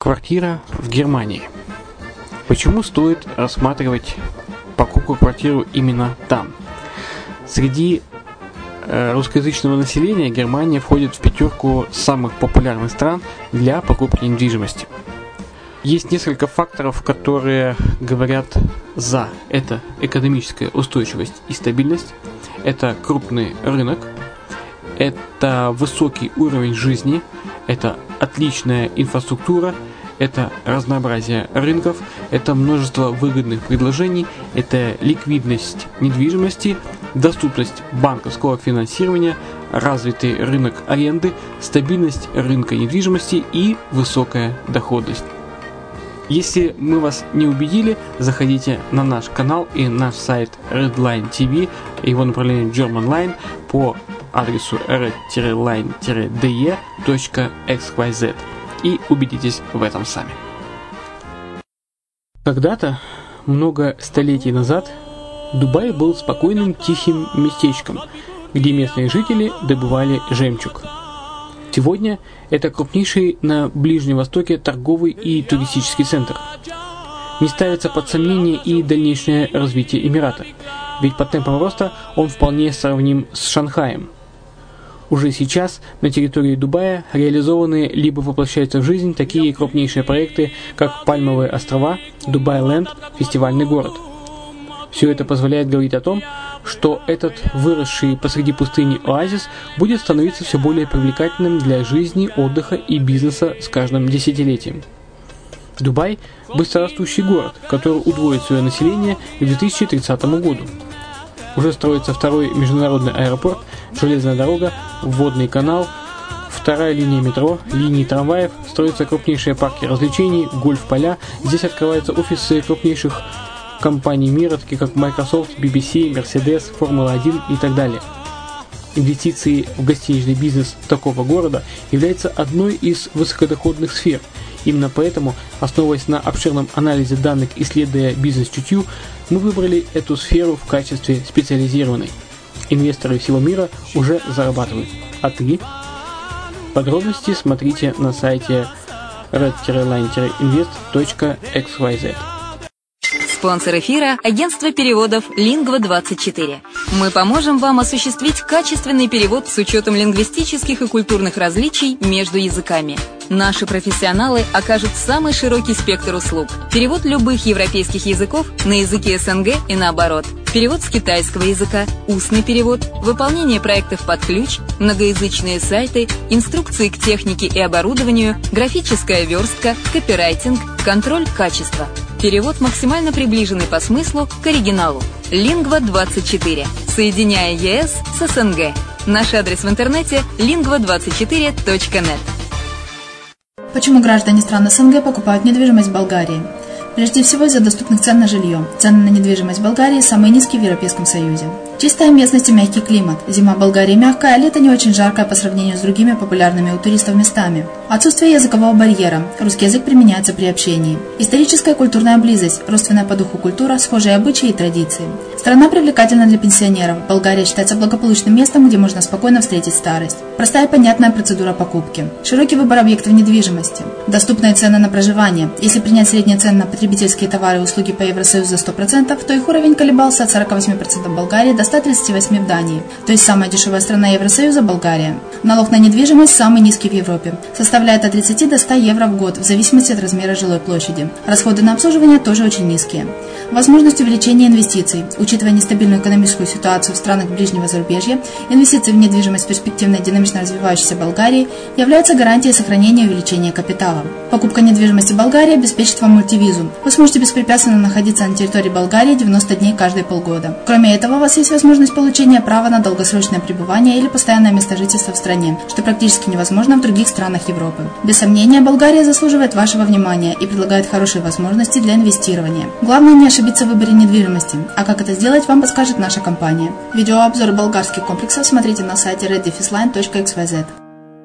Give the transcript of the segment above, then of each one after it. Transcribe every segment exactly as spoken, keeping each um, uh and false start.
Квартира в Германии. Почему стоит рассматривать покупку квартиры именно там? Среди э, русскоязычного населения Германия входит в пятерку самых популярных стран для покупки недвижимости. Есть несколько факторов, которые говорят за. Это экономическая устойчивость и стабильность, это крупный рынок, это высокий уровень жизни, это отличная инфраструктура, это разнообразие рынков, это множество выгодных предложений, это ликвидность недвижимости, доступность банковского финансирования, развитый рынок аренды, стабильность рынка недвижимости и высокая доходность. Если мы вас не убедили, заходите на наш канал и наш сайт Redline ти ви, его направление Germanline по адресу red line d e точка x y z и убедитесь в этом сами. Когда-то, много столетий назад, Дубай был спокойным тихим местечком, где местные жители добывали жемчуг. Сегодня это крупнейший на Ближнем Востоке торговый и туристический центр. Не ставится под сомнение и дальнейшее развитие Эмирата, ведь по темпам роста он вполне сравним с Шанхаем. Уже сейчас на территории Дубая реализованы либо воплощаются в жизнь такие крупнейшие проекты, как Пальмовые острова, Дубай-Ленд, фестивальный город. Все это позволяет говорить о том, что этот выросший посреди пустыни оазис будет становиться все более привлекательным для жизни, отдыха и бизнеса с каждым десятилетием. Дубай – быстрорастущий город, который удвоит свое население к две тысячи тридцатому году. Уже строится второй международный аэропорт, железная дорога, водный канал, вторая линия метро, линии трамваев, строятся крупнейшие парки развлечений, гольф-поля. Здесь открываются офисы крупнейших компаний мира, таких как Microsoft, би би си, Mercedes, Формула один и так далее. Инвестиции в гостиничный бизнес такого города являются одной из высокодоходных сфер. Именно поэтому, основываясь на обширном анализе данных, исследуя бизнес-чутью, мы выбрали эту сферу в качестве специализированной. Инвесторы всего мира уже зарабатывают. А ты? Подробности смотрите на сайте red line invest точка x y z. Спонсор эфира – агентство переводов лингва двадцать четыре. Мы поможем вам осуществить качественный перевод с учетом лингвистических и культурных различий между языками. Наши профессионалы окажут самый широкий спектр услуг. Перевод любых европейских языков на языки эс эн гэ и наоборот. Перевод с китайского языка, устный перевод, выполнение проектов под ключ, многоязычные сайты, инструкции к технике и оборудованию, графическая верстка, копирайтинг, контроль качества. Перевод максимально приближенный по смыслу к оригиналу. лингва двадцать четыре. Соединяя е эс с эс эн гэ. Наш адрес в интернете лингва двадцать четыре точка нет. Почему граждане стран эс эн гэ покупают недвижимость в Болгарии? Прежде всего из-за доступных цен на жилье. Цены на недвижимость в Болгарии самые низкие в Европейском Союзе. Чистая местность и мягкий климат. Зима в Болгарии мягкая, а лето не очень жаркое по сравнению с другими популярными у туристов местами. Отсутствие языкового барьера. Русский язык применяется при общении. Историческая и культурная близость. Родственная по духу культура, схожие обычаи и традиции. Страна привлекательна для пенсионеров. Болгария считается благополучным местом, где можно спокойно встретить старость. Простая и понятная процедура покупки. Широкий выбор объектов недвижимости. Доступные цены на проживание. Если принять средние цены на потребительские товары и услуги по Евросоюзу за сто процентов, то их уровень колебался от сорок восемь процентов в Болгарии до ста тридцати восьми процентов в Дании. То есть самая дешевая страна Евросоюза – Болгария. Налог на недвижимость самый низкий в Европе. Составляет от тридцати до ста евро в год, в зависимости от размера жилой площади. Расходы на обслуживание тоже очень низкие. Возможность увеличения инвестиций. Учитывая нестабильную экономическую ситуацию в странах ближнего зарубежья, инвестиции в недвижимость в перспективной динамично развивающейся Болгарии являются гарантией сохранения и увеличения капитала. Покупка недвижимости в Болгарии обеспечит вам мультивизу. Вы сможете беспрепятственно находиться на территории Болгарии девяносто дней каждые полгода. Кроме этого, у вас есть возможность получения права на долгосрочное пребывание или постоянное место жительства в стране, что практически невозможно в других странах Европы. Без сомнения, Болгария заслуживает вашего внимания и предлагает хорошие возможности для инвестирования. Главное не ошибиться в выборе недвижимости, а как это сделать, вам подскажет наша компания. Видеообзор болгарских комплексов смотрите на сайте red line точка x y z.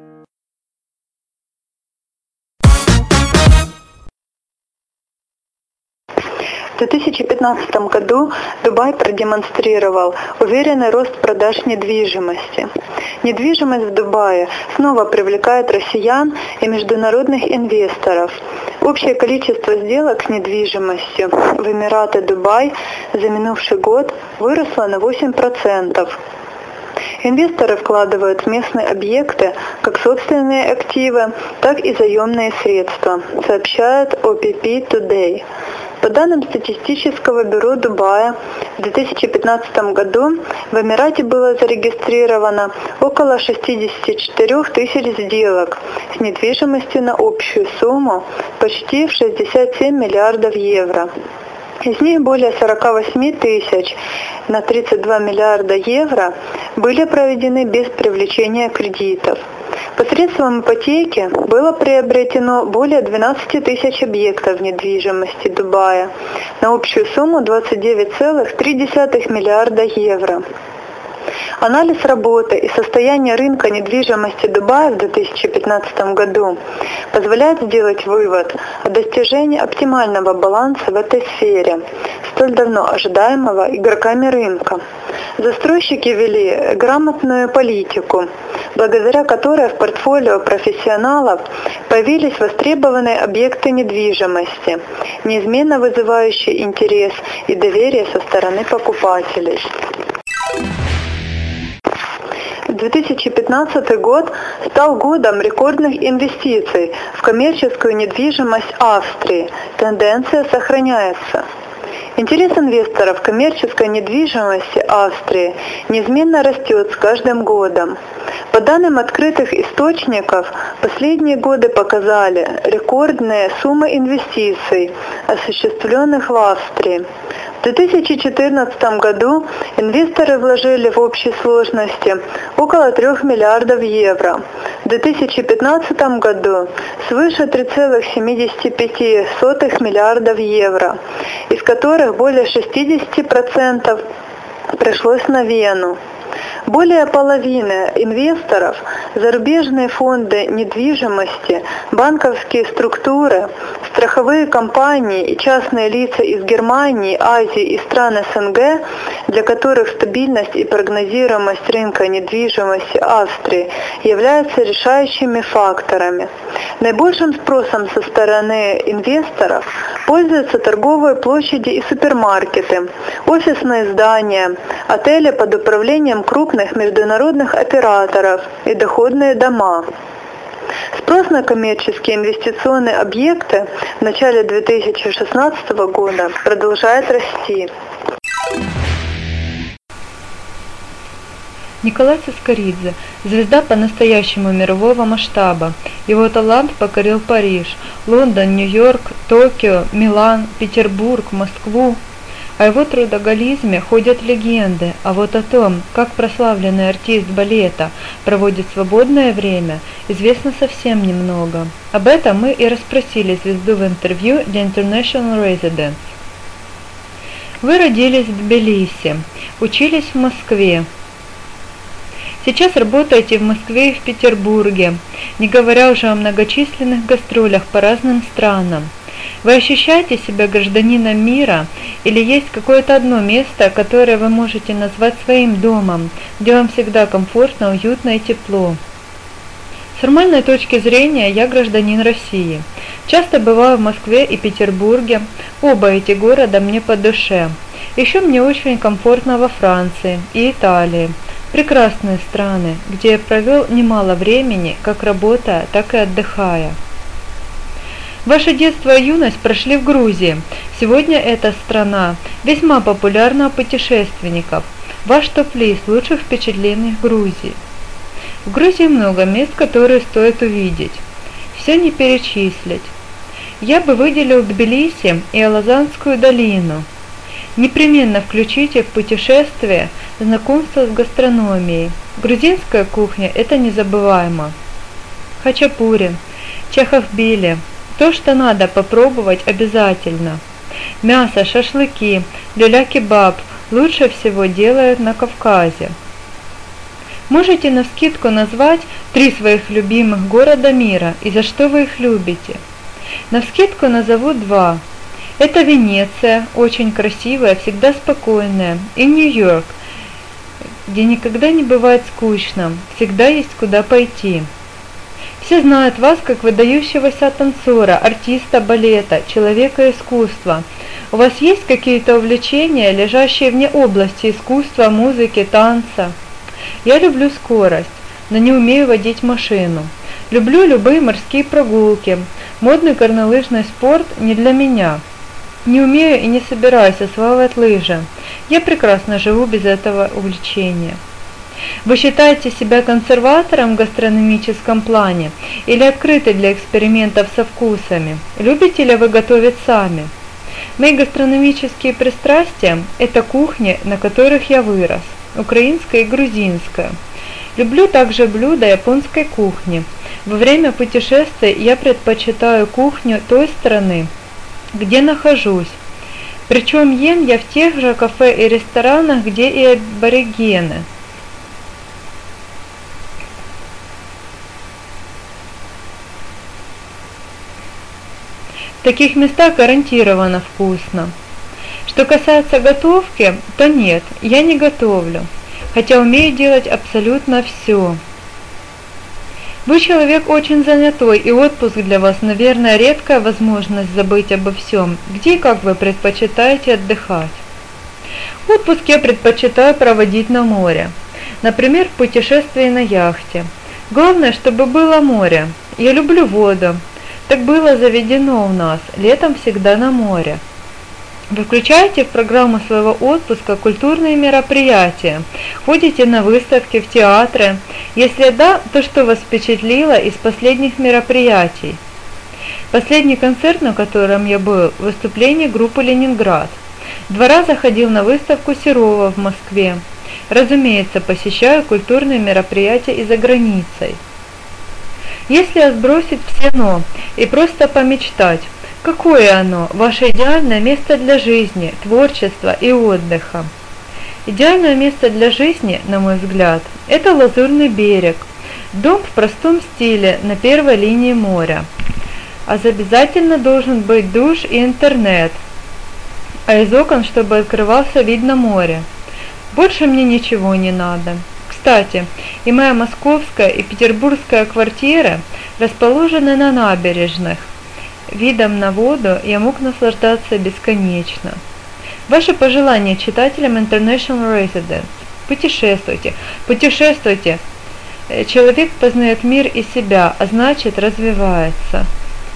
В две тысячи пятнадцатом году Дубай продемонстрировал уверенный рост продаж недвижимости. Недвижимость в Дубае снова привлекает россиян и международных инвесторов. Общее количество сделок с недвижимостью в Эмираты Дубай за минувший год выросло на восемь процентов. Инвесторы вкладывают в местные объекты как собственные активы, так и заемные средства, сообщает о пи пи Today. По данным статистического бюро Дубая, в две тысячи пятнадцатом году в Эмирате было зарегистрировано около шестьдесят четыре тысяч сделок с недвижимостью на общую сумму почти в шестьдесят семь миллиардов евро. Из них более сорок восемь тысяч на тридцать два миллиарда евро были проведены без привлечения кредитов. Посредством ипотеки было приобретено более двенадцать тысяч объектов недвижимости Дубая на общую сумму двадцать девять целых три десятых миллиарда евро. Анализ работы и состояния рынка недвижимости Дубая в две тысячи пятнадцатом году позволяет сделать вывод о достижении оптимального баланса в этой сфере, столь давно ожидаемого игроками рынка. Застройщики вели грамотную политику, благодаря которой в портфолио профессионалов появились востребованные объекты недвижимости, неизменно вызывающие интерес и доверие со стороны покупателей. две тысячи пятнадцатый год стал годом рекордных инвестиций в коммерческую недвижимость Австрии. Тенденция сохраняется. Интерес инвесторов в коммерческой недвижимости Австрии неизменно растет с каждым годом. По данным открытых источников, последние годы показали рекордные суммы инвестиций, осуществленных в Австрии. В две тысячи четырнадцатом году инвесторы вложили в общей сложности около трёх миллиардов евро. В две тысячи пятнадцатом году свыше три целых семьдесят пять сотых миллиардов евро, из которых более шестьдесят процентов пришлось на Вену. Более половины инвесторов, зарубежные фонды недвижимости, банковские структуры, страховые компании и частные лица из Германии, Азии и стран эс эн гэ, для которых стабильность и прогнозируемость рынка недвижимости Австрии являются решающими факторами. Наибольшим спросом со стороны инвесторов пользуются торговые площади и супермаркеты, офисные здания, отели под управлением крупных международных операторов и доходные дома. Спрос на коммерческие инвестиционные объекты в начале две тысячи шестнадцатого года продолжает расти. Николай Цискоридзе – звезда по-настоящему мирового масштаба. Его талант покорил Париж, Лондон, Нью-Йорк, Токио, Милан, Петербург, Москву. О его трудоголизме ходят легенды, а вот о том, как прославленный артист балета проводит свободное время, известно совсем немного. Об этом мы и расспросили звезду в интервью для International Residence. Вы родились в Тбилиси, учились в Москве. Сейчас работаете в Москве и в Петербурге, не говоря уже о многочисленных гастролях по разным странам. Вы ощущаете себя гражданином мира или есть какое-то одно место, которое вы можете назвать своим домом, где вам всегда комфортно, уютно и тепло? С формальной точки зрения я гражданин России. Часто бываю в Москве и Петербурге, оба эти города мне по душе. Еще мне очень комфортно во Франции и Италии. Прекрасные страны, где я провел немало времени, как работая, так и отдыхая. Ваше детство и юность прошли в Грузии. Сегодня эта страна весьма популярна у путешественников. Ваш топ-лист лучших впечатлений в Грузии. В Грузии много мест, которые стоит увидеть. Все не перечислить. Я бы выделил Тбилиси и Алазанскую долину. Непременно включите в путешествие знакомство с гастрономией. Грузинская кухня – это незабываемо. Хачапури, чахохбили – то, что надо попробовать обязательно. Мясо, шашлыки, люля-кебаб лучше всего делают на Кавказе. Можете навскидку назвать три своих любимых города мира и за что вы их любите? Навскидку назову два. Это Венеция, очень красивая, всегда спокойная, и Нью-Йорк, где никогда не бывает скучно, всегда есть куда пойти. Все знают вас как выдающегося танцора, артиста балета, человека искусства. У вас есть какие-то увлечения, лежащие вне области искусства, музыки, танца? Я люблю скорость, но не умею водить машину. Люблю любые морские прогулки. Модный горнолыжный спорт не для меня. Не умею и не собираюсь осваивать лыжи. Я прекрасно живу без этого увлечения. Вы считаете себя консерватором в гастрономическом плане или открыты для экспериментов со вкусами? Любите ли вы готовить сами? Мои гастрономические пристрастия – это кухни, на которых я вырос, украинская и грузинская. Люблю также блюда японской кухни. Во время путешествий я предпочитаю кухню той страны, где нахожусь. Причем ем я в тех же кафе и ресторанах, где и аборигены. В таких местах гарантированно вкусно. Что касается готовки, то нет, я не готовлю, хотя умею делать абсолютно все. Вы человек очень занятой, и отпуск для вас, наверное, редкая возможность забыть обо всем. Где и как вы предпочитаете отдыхать? Отпуск я предпочитаю проводить на море. Например, в путешествии на яхте. Главное, чтобы было море. Я люблю воду. Так было заведено у нас. Летом всегда на море. Вы включаете в программу своего отпуска культурные мероприятия? Ходите на выставки, в театры? Если да, то что вас впечатлило из последних мероприятий? Последний концерт, на котором я был, выступление группы «Ленинград». Два раза ходил на выставку Серова в Москве. Разумеется, посещаю культурные мероприятия и за границей. Если отбросить все «но» и просто помечтать, какое оно, ваше идеальное место для жизни, творчества и отдыха? Идеальное место для жизни, на мой взгляд, это Лазурный берег, дом в простом стиле на первой линии моря. А обязательно должен быть душ и интернет, а из окон, чтобы открывался вид на море. Больше мне ничего не надо. Кстати, и моя московская и петербургская квартиры расположены на набережных. Видом на воду я мог наслаждаться бесконечно. Ваши пожелания читателям International Residence. Путешествуйте, путешествуйте. Человек познает мир и себя, а значит развивается.